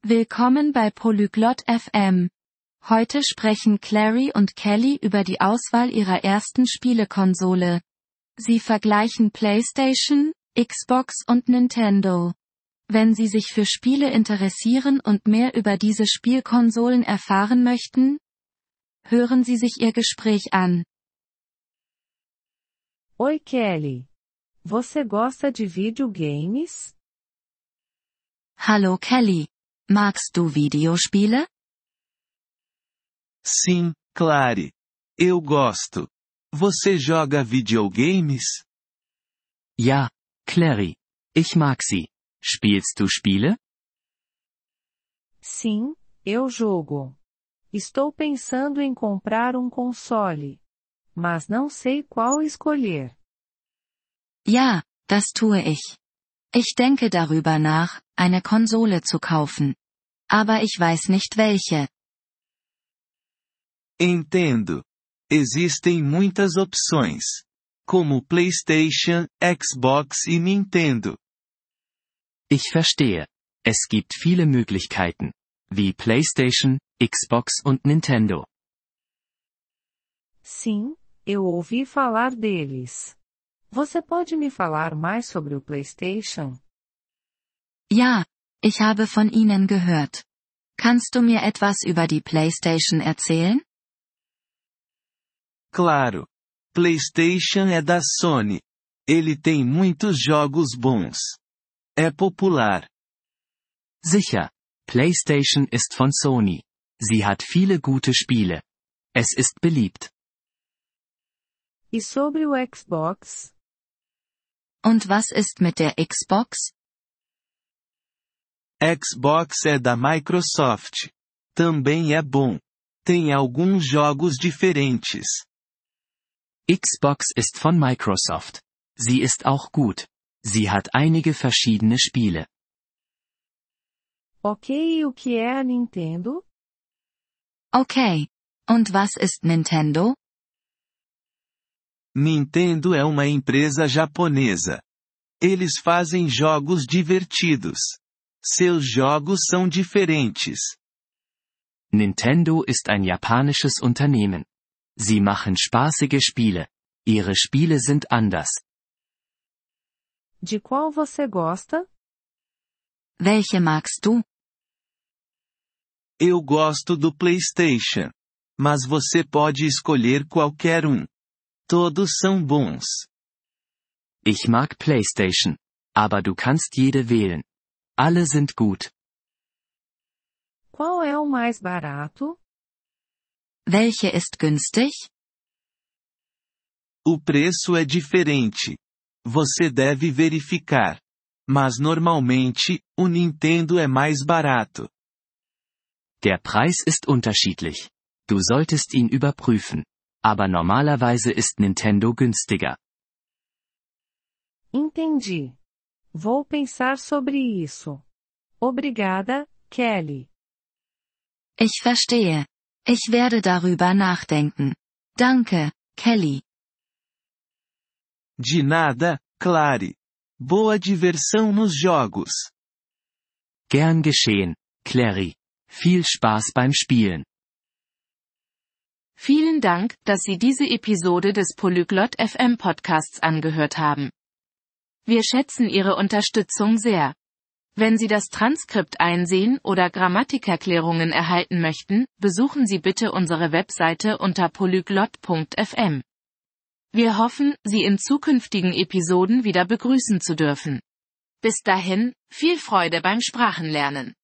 Willkommen bei Polyglot FM. Heute sprechen Clary und Kelly über die Auswahl ihrer ersten Spielekonsole. Sie vergleichen PlayStation, Xbox und Nintendo. Wenn Sie sich für Spiele interessieren und mehr über diese Spielkonsolen erfahren möchten, hören Sie sich Ihr Gespräch an. Oi Kelly. Você gosta de videogames? Hallo Kelly. Magst du Videospiele? Sim, Clary. Eu gosto. Você joga videogames? Ja, Clary. Ich mag sie. Spielst du Spiele? Sim, eu jogo. Estou pensando em comprar console. Mas não sei qual escolher. Ja, das tue ich. Ich denke darüber nach, eine Konsole zu kaufen. Aber ich weiß nicht welche. Entendo. Existem muitas opções. Como PlayStation, Xbox e Nintendo. Ich verstehe. Es gibt viele Möglichkeiten. Wie PlayStation, Xbox und Nintendo. Sim, eu ouvi falar deles. Você pode me falar mais sobre o PlayStation? Ja, ich habe von ihnen gehört. Kannst du mir etwas über die PlayStation erzählen? Claro. PlayStation é da Sony. Ele tem muitos jogos bons. É popular. Sicher. PlayStation ist von Sony. Sie hat viele gute Spiele. Es ist beliebt. E sobre o Xbox? Und was ist mit der Xbox? Xbox é da Microsoft. Também é bom. Tem alguns jogos diferentes. Xbox ist von Microsoft. Sie ist auch gut. Sie hat einige verschiedene Spiele. Ok, e o que é a Nintendo? Okay. Und was ist Nintendo? Nintendo é uma empresa japonesa. Eles fazem jogos divertidos. Seus jogos são diferentes. Nintendo ist ein japanisches Unternehmen. Sie machen spaßige Spiele. Ihre Spiele sind anders. De qual você gosta? Welche magst du? Eu gosto do PlayStation. Mas você pode escolher qualquer um. Todos são bons. Ich mag PlayStation. Aber du kannst jede wählen. Alle sind gut. Qual é o mais barato? Welche ist günstig? O preço é diferente. Você deve verificar. Mas normalmente, o Nintendo é mais barato. Der Preis ist unterschiedlich. Du solltest ihn überprüfen. Aber normalerweise ist Nintendo günstiger. Entendi. Vou pensar sobre isso. Obrigada, Kelly. Ich verstehe. Ich werde darüber nachdenken. Danke, Kelly. De nada, Clary. Boa diversão nos jogos. Gern geschehen, Clary. Viel Spaß beim Spielen. Vielen Dank, dass Sie diese Episode des Polyglot FM Podcasts angehört haben. Wir schätzen Ihre Unterstützung sehr. Wenn Sie das Transkript einsehen oder Grammatikerklärungen erhalten möchten, besuchen Sie bitte unsere Webseite unter polyglot.fm. Wir hoffen, Sie in zukünftigen Episoden wieder begrüßen zu dürfen. Bis dahin, viel Freude beim Sprachenlernen.